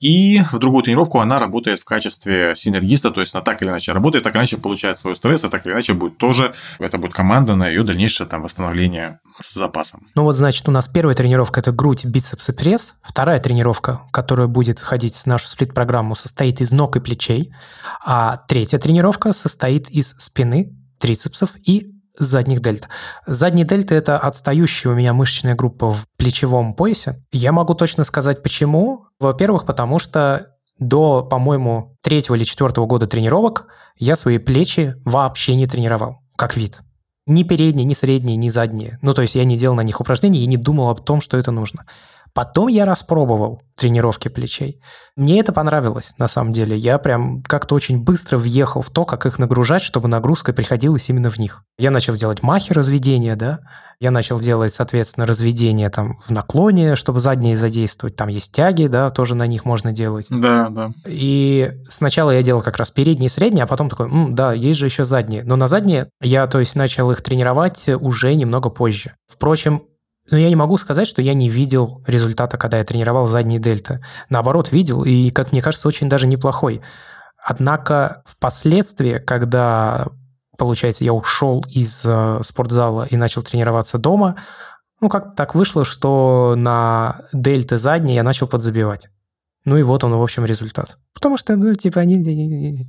и в другую тренировку она работает в качестве синергиста, то есть она так или иначе работает, так или иначе получает свой стресс, а так или иначе будет тоже, это будет команда на ее дальнейшее восстановление с запасом. Значит, у нас первая тренировка – это грудь, бицепс и пресс. Вторая тренировка, которая будет входить в нашу сплит-программу, состоит из ног и плечей. А третья тренировка состоит из спины, трицепсов и задних дельт. Задние дельты – это отстающая у меня мышечная группа в плечевом поясе. Я могу точно сказать, почему. Во-первых, потому что до, по-моему, 3-го или 4-го года тренировок я свои плечи вообще не тренировал, как вид. Ни передние, ни средние, ни задние. То есть я не делал на них упражнений и не думал о том, что это нужно. Потом я распробовал тренировки плечей. Мне это понравилось, на самом деле. Я прям как-то очень быстро въехал в то, как их нагружать, чтобы нагрузка приходилась именно в них. Я начал делать махи разведения, да. Я начал делать, соответственно, разведение в наклоне, чтобы задние задействовать. Там есть тяги, да, тоже на них можно делать. Да. И сначала я делал как раз передние и средние, а потом такой, да, есть же еще задние. Но на задние я, то есть, начал их тренировать уже немного позже. Впрочем, я не могу сказать, что я не видел результата, когда я тренировал задние дельты. Наоборот, видел, и, как мне кажется, очень даже неплохой. Однако впоследствии, когда, получается, я ушел из спортзала и начал тренироваться дома, как-то так вышло, что на дельты задние я начал подзабивать. И вот он, в общем, результат. Потому что, они...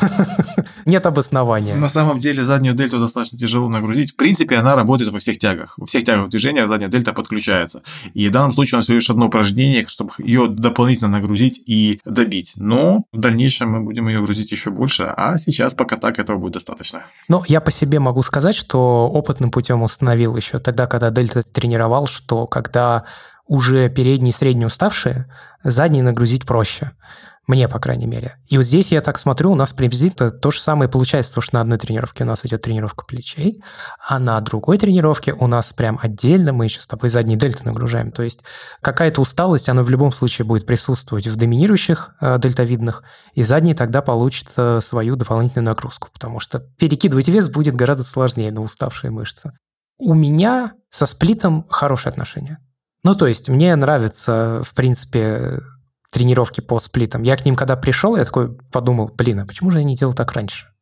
Нет обоснования. На самом деле заднюю дельту достаточно тяжело нагрузить. В принципе, она работает во всех тягах. Во всех тягах движения задняя дельта подключается. И в данном случае у нас всего лишь одно упражнение, чтобы ее дополнительно нагрузить и добить. Но в дальнейшем мы будем ее грузить еще больше, а сейчас пока так этого будет достаточно. Я по себе могу сказать, что опытным путем установил еще тогда, когда дельта тренировал, что когда уже передние и средние уставшие, задние нагрузить проще. Мне, по крайней мере. И вот здесь я так смотрю, у нас приблизительно то же самое получается, потому что на одной тренировке у нас идет тренировка плечей, а на другой тренировке у нас прям отдельно мы еще с тобой задние дельты нагружаем. То есть какая-то усталость, она в любом случае будет присутствовать в доминирующих дельтовидных, и задний тогда получит свою дополнительную нагрузку, потому что перекидывать вес будет гораздо сложнее на уставшие мышцы. У меня со сплитом хорошие отношения. То есть мне нравятся, в принципе, тренировки по сплитам. Я к ним когда пришел, я такой подумал, а почему же я не делал так раньше?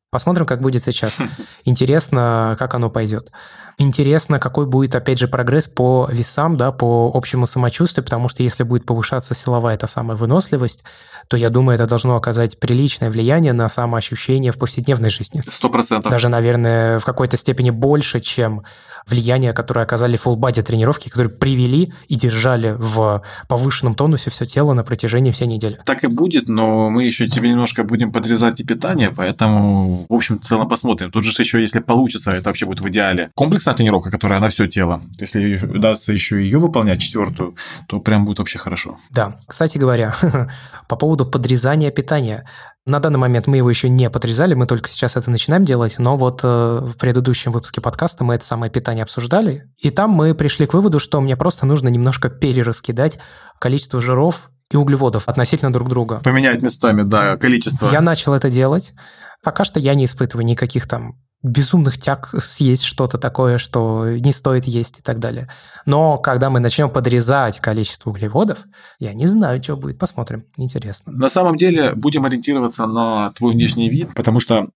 Посмотрим, как будет сейчас. Интересно, как оно пойдет. Интересно, какой будет, опять же, прогресс по весам, да, по общему самочувствию, потому что если будет повышаться силовая, эта самая выносливость, то, я думаю, это должно оказать приличное влияние на самоощущение в повседневной жизни. 100%. Даже, наверное, в какой-то степени больше, чем влияние, которое оказали full-body тренировки, которые привели и держали в повышенном тонусе все тело на протяжении всей недели. Так и будет, но мы еще тебе немножко будем подрезать и питание, поэтому, в общем, в целом посмотрим. Тут же еще, если получится, это вообще будет в идеале. Комплексная тренировка, которая на все тело. Если удастся еще ее выполнять, 4-ю, то прям будет вообще хорошо. Да. Кстати говоря, по поводу подрезания питания. На данный момент мы его еще не подрезали, мы только сейчас это начинаем делать, но вот в предыдущем выпуске подкаста мы это самое питание обсуждали, и там мы пришли к выводу, что мне просто нужно немножко перераскидать количество жиров и углеводов относительно друг друга. Поменять местами, да, количество. Я начал это делать. Пока что я не испытываю никаких там безумных тяг съесть что-то такое, что не стоит есть и так далее. Но когда мы начнем подрезать количество углеводов, я не знаю, что будет. Посмотрим. Интересно. На самом деле будем ориентироваться на твой внешний вид, потому что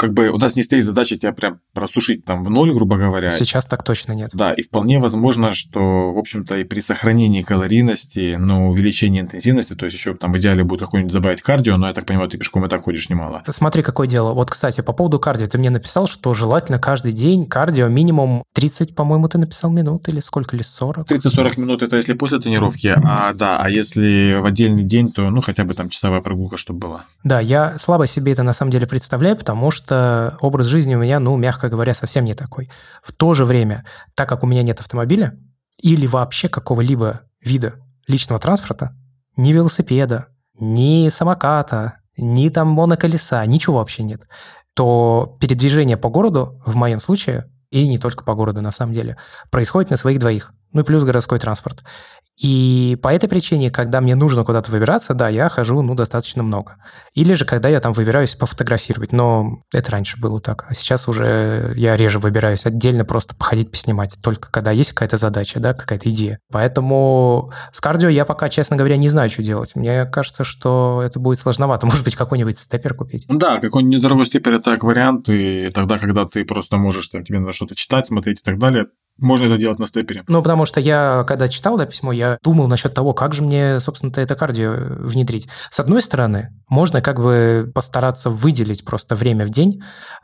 у нас не стоит задача тебя прям просушить там в ноль, грубо говоря. Сейчас так точно нет. Да, и вполне возможно, что, в общем-то, и при сохранении калорийности, но увеличении интенсивности, то есть еще там в идеале будет какой-нибудь добавить кардио, но я так понимаю, ты пешком и так ходишь немало. Смотри, какое дело. Вот, кстати, по поводу кардио. Ты мне написал, что желательно каждый день кардио минимум 30, по-моему, ты написал минут или сколько, или 40? 30-40 минут – это если после тренировки, а если в отдельный день, то, хотя бы там часовая прогулка, чтобы была. Да, я слабо себе это на самом деле представляю, потому что образ жизни у меня, мягко говоря, совсем не такой. В то же время, так как у меня нет автомобиля или вообще какого-либо вида личного транспорта, ни велосипеда, ни самоката, ни там моноколеса, ничего вообще нет, то передвижение по городу, в моем случае, и не только по городу на самом деле, происходит на своих двоих. И плюс городской транспорт. И по этой причине, когда мне нужно куда-то выбираться, да, я хожу, достаточно много. Или же, когда я там выбираюсь пофотографировать. Но это раньше было так. А сейчас уже я реже выбираюсь отдельно просто походить, поснимать. Только когда есть какая-то задача, да, какая-то идея. Поэтому с кардио я пока, честно говоря, не знаю, что делать. Мне кажется, что это будет сложновато. Может быть, какой-нибудь степер купить? Да, какой-нибудь недорогой степер – это как вариант. И тогда, когда ты просто можешь, тебе надо что-то читать, смотреть и так далее, можно это делать на степере. Потому что я, когда читал это письмо, я думал насчет того, как же мне, собственно-то, это кардио внедрить. С одной стороны, можно постараться выделить просто время в день,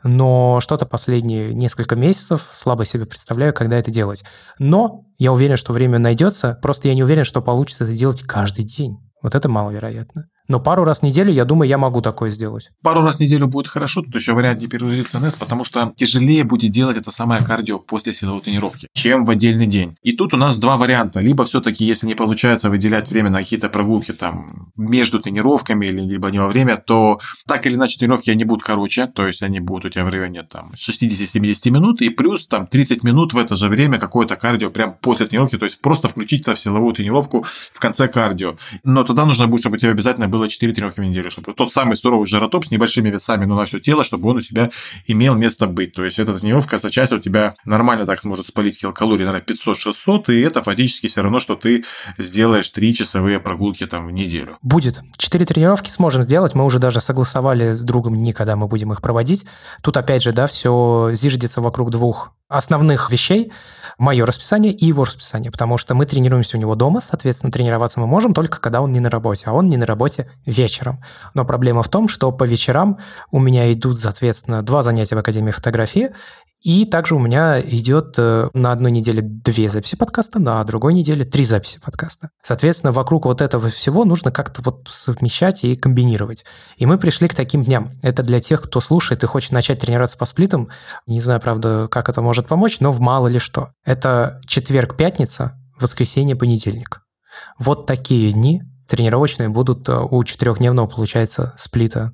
но что-то последние несколько месяцев слабо себе представляю, когда это делать. Но я уверен, что время найдется, просто я не уверен, что получится это делать каждый день. Вот это маловероятно. Но пару раз в неделю, я думаю, я могу такое сделать. Пару раз в неделю будет хорошо, тут еще вариант не перегрузиться НС, потому что тяжелее будет делать это самое кардио после силовой тренировки, чем в отдельный день. И тут у нас два варианта. Либо все-таки, если не получается выделять время на какие-то прогулки там между тренировками, либо не во время, то так или иначе тренировки они будут короче, то есть они будут у тебя в районе там 60-70 минут, и плюс там 30 минут в это же время какое-то кардио прям после тренировки, то есть просто включить это в силовую тренировку в конце кардио. Но тогда нужно будет, чтобы у тебя обязательно было 4 тренировки в неделю, чтобы тот самый суровый жаротоп с небольшими весами, на все тело, чтобы он у тебя имел место быть. То есть эта тренировка за час у тебя нормально так сможет спалить килокалорий, наверное, 500-600, и это фактически все равно, что ты сделаешь 3 часовые прогулки там в неделю. Будет. 4 тренировки сможем сделать, мы уже даже согласовали с другом, никогда мы будем их проводить. Тут опять же, да, все зиждется вокруг двух основных вещей. Мое расписание и его расписание, потому что мы тренируемся у него дома, соответственно, тренироваться мы можем только когда он не на работе, а он не на работе вечером. Но проблема в том, что по вечерам у меня идут, соответственно, 2 занятия в Академии фотографии, и также у меня идет на одной неделе 2 записи подкаста, на другой неделе 3 записи подкаста. Соответственно, вокруг вот этого всего нужно как-то совмещать и комбинировать. И мы пришли к таким дням. Это для тех, кто слушает и хочет начать тренироваться по сплитам. Не знаю, правда, как это может помочь, но в мало ли что. Это четверг, пятница, воскресенье, понедельник. Вот такие дни тренировочные будут у 4-дневного, получается, сплита.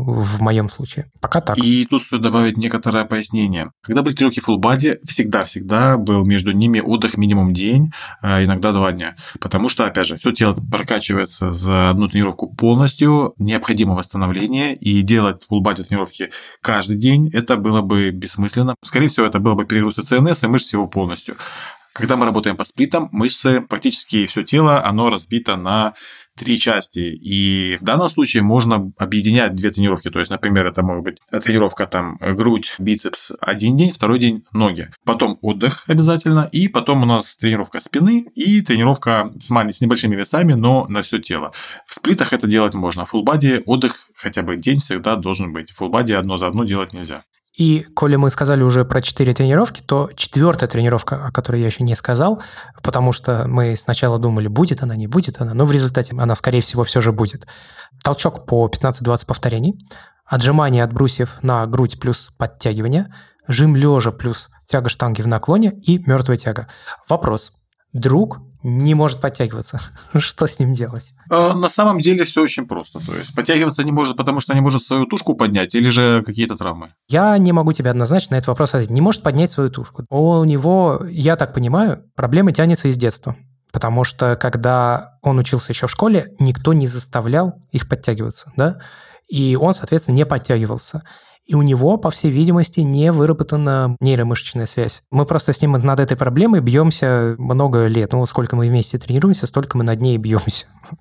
В моем случае. Пока так. И тут стоит добавить некоторое пояснение. Когда были тренировки full body, всегда был между ними отдых минимум день, иногда 2 дня. Потому что, опять же, все тело прокачивается за одну тренировку полностью, необходимо восстановление, и делать full body тренировки каждый день, это было бы бессмысленно. Скорее всего, это было бы перегруз ЦНС и мышц всего полностью. Когда мы работаем по сплитам, мышцы, практически все тело, оно разбито на 3 части. И в данном случае можно объединять 2 тренировки. То есть, например, это может быть тренировка там грудь, бицепс один день, второй день ноги. Потом отдых обязательно. И потом у нас тренировка спины и тренировка с небольшими весами, но на все тело. В сплитах это делать можно. Full body отдых хотя бы день всегда должен быть. Full body одно за одно делать нельзя. И, коли мы сказали уже про 4 тренировки, то 4-я тренировка, о которой я еще не сказал, потому что мы сначала думали, будет она, не будет она, но в результате она, скорее всего, все же будет. Толчок по 15-20 повторений, отжимания от брусьев на грудь плюс подтягивание, жим лежа плюс тяга штанги в наклоне и мертвая тяга. Вопрос. Друг не может подтягиваться. Что с ним делать? На самом деле все очень просто. То есть подтягиваться не может, потому что не может свою тушку поднять, или же какие-то травмы? Я не могу тебе однозначно на этот вопрос ответить. Не может поднять свою тушку. У него, я так понимаю, проблема тянется из детства. Потому что когда он учился еще в школе, никто не заставлял их подтягиваться, да? И он, соответственно, не подтягивался. И у него, по всей видимости, не выработана нейромышечная связь. Мы просто с ним над этой проблемой бьемся много лет. Ну, сколько мы вместе тренируемся, столько мы над ней бьемся.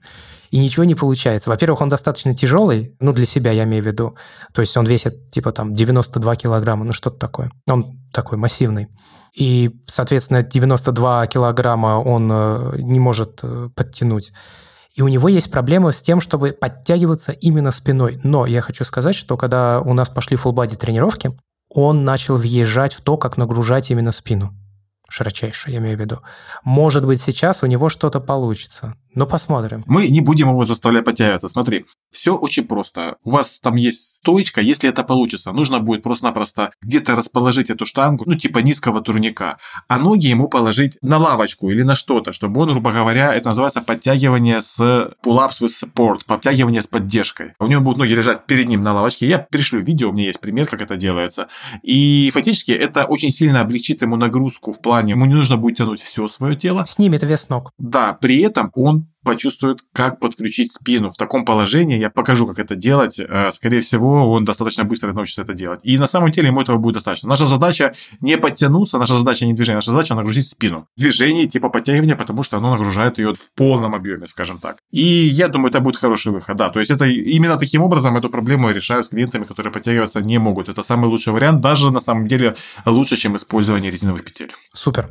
И ничего не получается. Во-первых, он достаточно тяжелый, ну, для себя я имею в виду. То есть он весит, типа, там, 92 килограмма, ну, что-то такое. Он такой массивный. И, соответственно, 92 килограмма он не может подтянуть. И у него есть проблемы с тем, чтобы подтягиваться именно спиной. Но я хочу сказать, что когда у нас пошли full-body тренировки, он начал въезжать в то, как нагружать именно спину. Широчайше, я имею в виду. Может быть, сейчас у него что-то получится. Но посмотрим. Мы не будем его заставлять подтягиваться. Смотри, все очень просто. У вас там есть стоечка, если это получится, нужно будет просто-напросто где-то расположить эту штангу, ну, типа низкого турника, а ноги ему положить на лавочку или на что-то, чтобы он, грубо говоря, это называется подтягивание с pull-ups with support, подтягивание с поддержкой. У него будут ноги лежать перед ним на лавочке. Я пришлю видео, у меня есть пример, как это делается. И фактически это очень сильно облегчит ему нагрузку в плане, ему не нужно будет тянуть все свое тело. Снимет вес ног. Да, при этом он почувствует, как подключить спину. В таком положении я покажу, как это делать. Скорее всего, он достаточно быстро научится это делать. И на самом деле ему этого будет достаточно. Наша задача не подтянуться, наша задача не движение, наша задача нагрузить спину. Движение типа подтягивания, потому что оно нагружает ее в полном объеме, скажем так. И я думаю, это будет хороший выход. Да, то есть это именно таким образом эту проблему я решаю с клиентами, которые подтягиваться не могут. Это самый лучший вариант, даже на самом деле лучше, чем использование резиновых петель. Супер.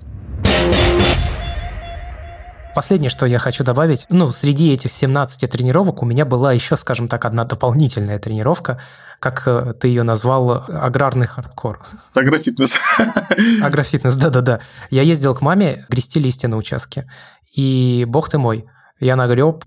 Последнее, что я хочу добавить, среди этих 17 тренировок у меня была еще, скажем так, одна дополнительная тренировка, как ты ее назвал, аграрный хардкор. Агрофитнес. Агрофитнес, да-да-да. Я ездил к маме грести листья на участке, и, бог ты мой, я нагреб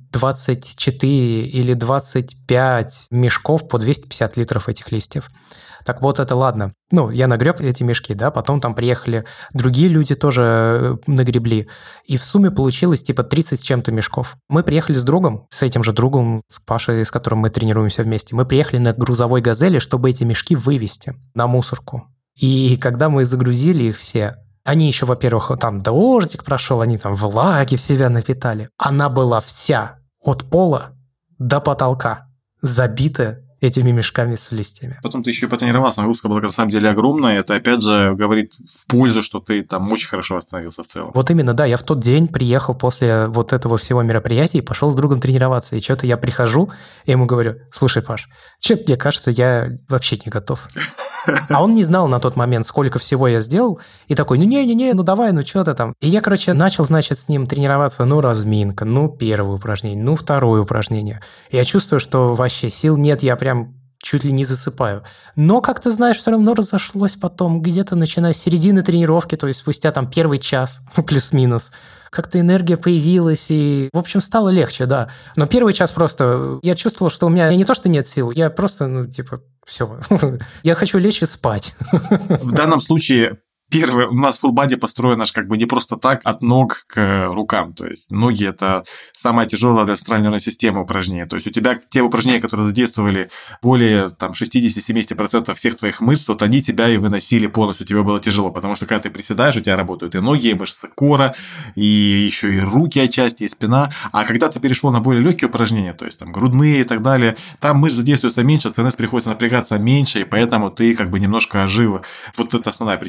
24 или 25 мешков по 250 литров этих листьев. Так вот, это ладно. Я нагреб эти мешки, да, потом там приехали другие люди, тоже нагребли. И в сумме получилось типа 30 с чем-то мешков. Мы приехали с другом, с этим же другом, с Пашей, с которым мы тренируемся вместе. Мы приехали на грузовой «Газели», чтобы эти мешки вывезти на мусорку. И когда мы загрузили их все, они еще, во-первых, там дождик прошел, они там влаги в себя напитали. Она была вся от пола до потолка забита этими мешками с листьями. Потом ты еще и потренировался, нагрузка была на самом деле огромная, это опять же говорит в пользу, что ты там очень хорошо восстановился в целом. Вот именно, да, я в тот день приехал после вот этого всего мероприятия и пошел с другом тренироваться, и что-то я прихожу, и ему говорю: слушай, Паш, что-то мне кажется, я вообще не готов. А он не знал на тот момент, сколько всего я сделал, и такой: не-не-не, давай, что-то там. И я, начал, с ним тренироваться, разминка, первое упражнение, второе упражнение. И я чувствую, что вообще сил нет, я прям чуть ли не засыпаю. Но, как ты знаешь, все равно разошлось потом, где-то начиная с середины тренировки, то есть спустя там первый час, плюс-минус, как-то энергия появилась, и, в общем, стало легче, да. Но первый час просто я чувствовал, что у меня не то, что нет сил, я просто, все. Я хочу лечь и спать. В данном случае первое, у нас full body построено не просто так, от ног к рукам. То есть ноги – это самая тяжелая для центральной нервной системы упражнение. То есть у тебя те упражнения, которые задействовали более 60-70% всех твоих мышц, вот они тебя и выносили полностью. Тебе было тяжело, потому что когда ты приседаешь, у тебя работают и ноги, и мышцы кора, и еще и руки отчасти, и спина. А когда ты перешел на более легкие упражнения, то есть там грудные и так далее, там мышц задействуется меньше, ЦНС приходится напрягаться меньше, и поэтому ты немножко ожил. Вот это основная причина, почему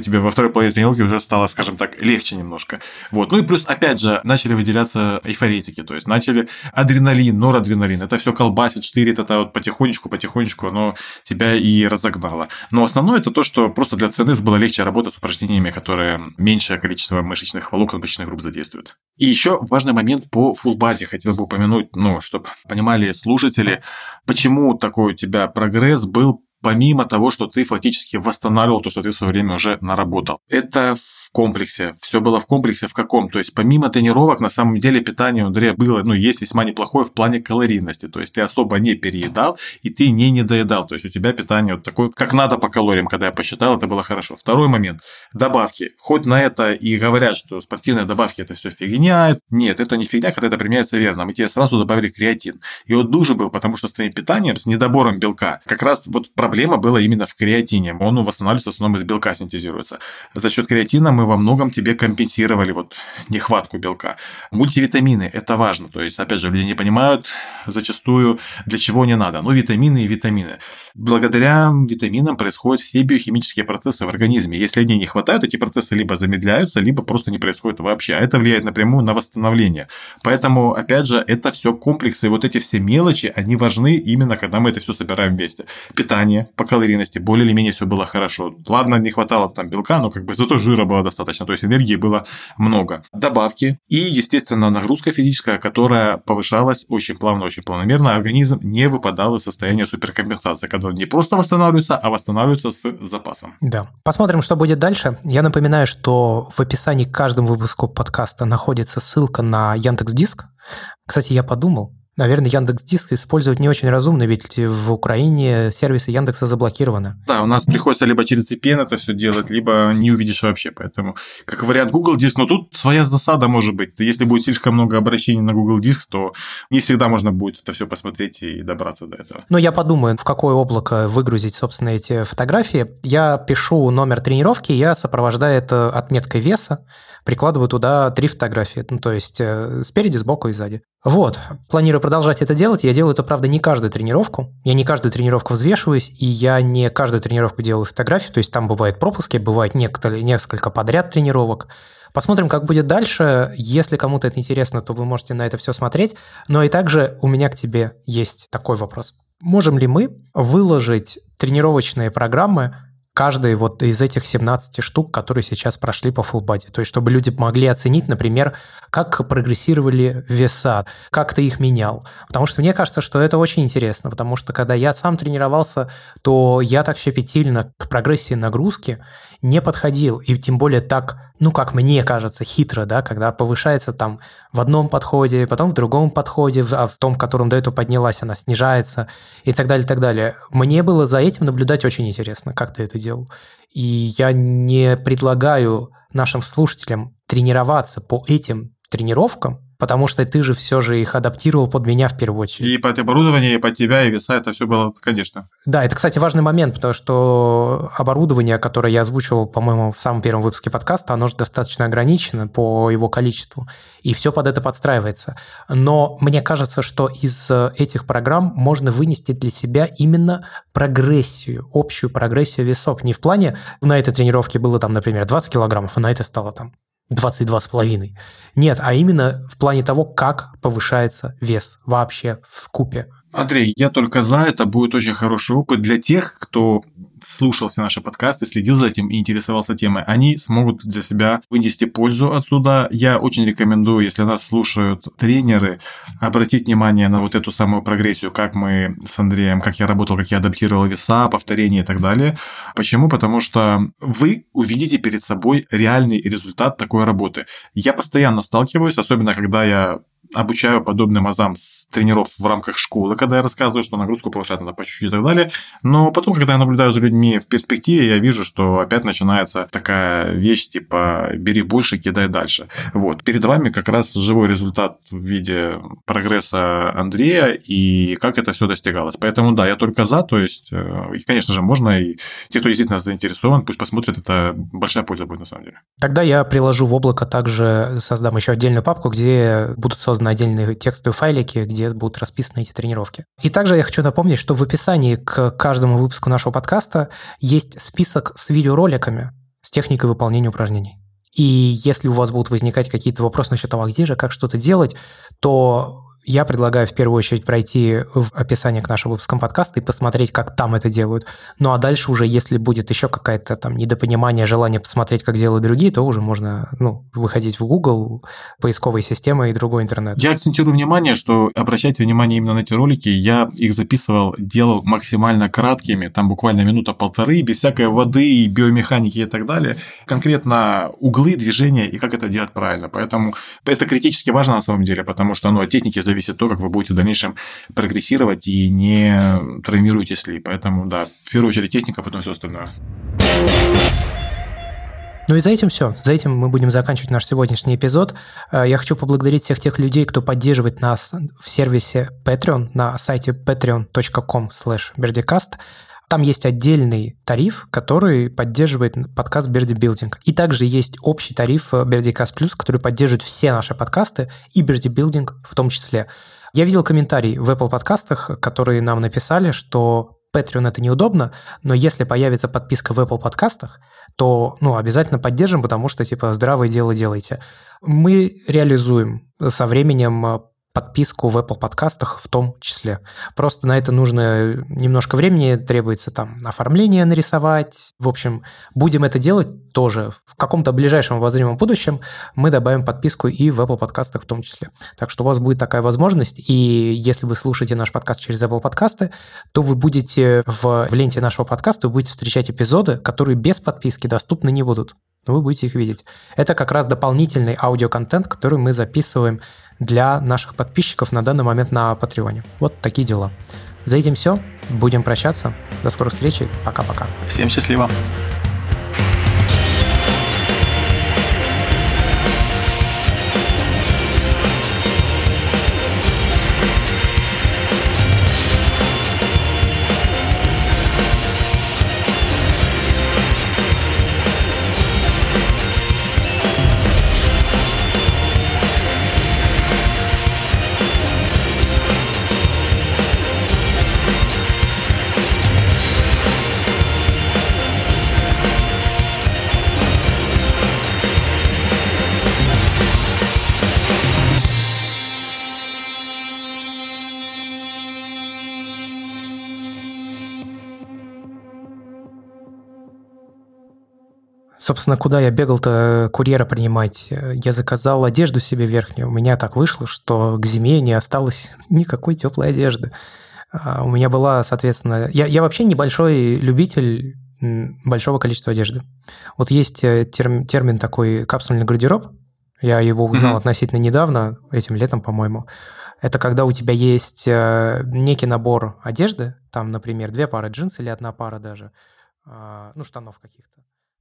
тебе во второй половине тренировки уже стало, скажем так, легче немножко. Вот. Ну и плюс, опять же, начали выделяться эйфоретики, то есть начали адреналин, норадреналин. Это все колбасит, штырит, это вот потихонечку оно тебя и разогнало. Но основное это то, что просто для ЦНС было легче работать с упражнениями, которые меньшее количество мышечных волокон, мышечных групп задействуют. И еще важный момент по фулл-бади хотел бы упомянуть, чтобы понимали слушатели, почему такой у тебя прогресс был, помимо того, что ты фактически восстанавливал то, что ты в свое время уже наработал. Это в комплексе. Все было в комплексе в каком? То есть, помимо тренировок, на самом деле, питание у Андрея было, есть весьма неплохое в плане калорийности. То есть, ты особо не переедал, и ты не недоедал. То есть, у тебя питание вот такое, как надо по калориям. Когда я посчитал, это было хорошо. Второй момент. Добавки. Хоть на это и говорят, что спортивные добавки – это все фигня. Нет, это не фигня, когда это применяется верно. Мы тебе сразу добавили креатин. И вот дужи был, потому что с твоим питанием, с недобором белка, как раз вот проблема была именно в креатине. Он восстанавливается, в основном из белка синтезируется. За счет креатина мы во многом тебе компенсировали нехватку белка. Мультивитамины – это важно. То есть, опять же, люди не понимают зачастую, для чего не надо. Витамины и витамины. Благодаря витаминам происходят все биохимические процессы в организме. Если они не хватает, эти процессы либо замедляются, либо просто не происходят вообще. А это влияет напрямую на восстановление. Поэтому, опять же, это все комплексы. Вот эти все мелочи, они важны именно, когда мы это все собираем вместе. Питание по калорийности более или менее все было хорошо. Ладно, не хватало там белка, но зато жира было достаточно, то есть энергии было много. Добавки и, естественно, нагрузка физическая, которая повышалась очень плавно, очень планомерно. Организм не выпадал из состояния суперкомпенсации, когда он не просто восстанавливается, а восстанавливается с запасом. Да. Посмотрим, что будет дальше. Я напоминаю, что в описании к каждому выпуску подкаста находится ссылка на Яндекс.Диск. Кстати, я подумал, наверное, Яндекс.Диск использовать не очень разумно, ведь в Украине сервисы Яндекса заблокированы. Да, у нас приходится либо через VPN это все делать, либо не увидишь вообще. Поэтому, как вариант, Google Диск. Но тут своя засада может быть. Если будет слишком много обращений на Google Диск, то не всегда можно будет это все посмотреть и добраться до этого. Я подумаю, в какое облако выгрузить, собственно, эти фотографии. Я пишу номер тренировки, я сопровождаю это отметкой веса, прикладываю туда 3 фотографии, то есть спереди, сбоку и сзади. Планирую продолжать это делать. Я делаю это, правда, не каждую тренировку. Я не каждую тренировку взвешиваюсь, и я не каждую тренировку делаю фотографии. То есть там бывают пропуски, бывает несколько подряд тренировок. Посмотрим, как будет дальше. Если кому-то это интересно, то вы можете на это все смотреть. Но и также у меня к тебе есть такой вопрос. Можем ли мы выложить тренировочные программы каждой из этих 17 штук, которые сейчас прошли по фулл-бади? То есть, чтобы люди могли оценить, например, как прогрессировали веса, как ты их менял. Потому что мне кажется, что это очень интересно, потому что когда я сам тренировался, то я так щепетильно к прогрессии нагрузки не подходил. И тем более так, как мне кажется, хитро, да, когда повышается там в одном подходе, потом в другом подходе, а в том, в котором до этого поднялась, она снижается и так далее, и так далее. Мне было за этим наблюдать очень интересно, как ты это делал. И я не предлагаю нашим слушателям тренироваться по этим тренировкам, потому что ты же все же их адаптировал под меня в первую очередь. И под оборудование, и под тебя, и веса, это все было, конечно. Да, это, кстати, важный момент, потому что оборудование, которое я озвучивал, по-моему, в самом первом выпуске подкаста, оно же достаточно ограничено по его количеству, и все под это подстраивается. Но мне кажется, что из этих программ можно вынести для себя именно прогрессию, общую прогрессию весов. Не в плане, на этой тренировке было там, например, 20 килограммов, а на это стало там 22,5. Нет, а именно в плане того, как повышается вес вообще в купе. Андрей, я только за, это будет очень хороший опыт для тех, кто слушал все наши подкасты, следил за этим и интересовался темой. Они смогут для себя вынести пользу отсюда. Я очень рекомендую, если нас слушают тренеры, обратить внимание на эту самую прогрессию, как мы с Андреем, как я работал, как я адаптировал веса, повторения и так далее. Почему? Потому что вы увидите перед собой реальный результат такой работы. Я постоянно сталкиваюсь, особенно когда я обучаю подобным азам с тренеров в рамках школы, когда я рассказываю, что нагрузку повышать надо по чуть-чуть и так далее. Но потом, когда я наблюдаю за людьми в перспективе, я вижу, что опять начинается такая вещь, типа «бери больше, кидай дальше». Перед вами как раз живой результат в виде прогресса Андрея и как это все достигалось. Поэтому да, я только за, то есть, конечно же, можно, и те, кто действительно заинтересован, пусть посмотрят, это большая польза будет на самом деле. Тогда я приложу в облако, также создам еще отдельную папку, где будут созданы отдельные текстовые файлики, где будут расписаны эти тренировки. И также я хочу напомнить, что в описании к каждому выпуску нашего подкаста есть список с видеороликами, с техникой выполнения упражнений. И если у вас будут возникать какие-то вопросы насчет того, где же, как что-то делать, то я предлагаю в первую очередь пройти в описание к нашим выпускам подкаста и посмотреть, как там это делают. Ну а дальше уже, если будет еще какое-то там недопонимание, желание посмотреть, как делают другие, то уже можно выходить в Google, поисковые системы и другой интернет. Я акцентирую внимание, что обращайте внимание именно на эти ролики. Я их записывал, делал максимально краткими, там буквально минута-полторы, без всякой воды, биомеханики и так далее. Конкретно углы движения и как это делать правильно. Поэтому это критически важно на самом деле, потому что от техники зависит то, как вы будете в дальнейшем прогрессировать и не травмируете слип. Поэтому, да, в первую очередь техника, потом все остальное. Ну и за этим все. За этим мы будем заканчивать наш сегодняшний эпизод. Я хочу поблагодарить всех тех людей, кто поддерживает нас в сервисе Patreon на сайте patreon.com/berdycast. Там есть отдельный тариф, который поддерживает подкаст Birdie Building. И также есть общий тариф BerdyCast Plus, который поддерживает все наши подкасты и Birdie Building в том числе. Я видел комментарий в Apple подкастах, которые нам написали, что Patreon это неудобно, но если появится подписка в Apple подкастах, то обязательно поддержим, потому что здравое дело делайте. Мы реализуем со временем подписку в Apple подкастах в том числе. Просто на это нужно немножко времени, требуется там оформление нарисовать. В общем, будем это делать тоже. В каком-то ближайшем обозримом будущем мы добавим подписку и в Apple подкастах в том числе. Так что у вас будет такая возможность, и если вы слушаете наш подкаст через Apple подкасты, то вы будете в ленте нашего подкаста, вы будете встречать эпизоды, которые без подписки доступны не будут. Но вы будете их видеть. Это как раз дополнительный аудиоконтент, который мы записываем для наших подписчиков на данный момент на Патреоне. Вот такие дела. За этим все. Будем прощаться. До скорых встреч. Пока-пока. Всем счастливо. Собственно, куда я бегал-то курьера принимать? Я заказал одежду себе верхнюю. У меня так вышло, что к зиме не осталось никакой теплой одежды. У меня была, соответственно... Я вообще небольшой любитель большого количества одежды. Вот есть термин такой капсульный гардероб. Я его узнал относительно недавно, этим летом, по-моему. Это когда у тебя есть некий набор одежды, там, например, 2 пары джинс или 1 пара даже, штанов каких-то.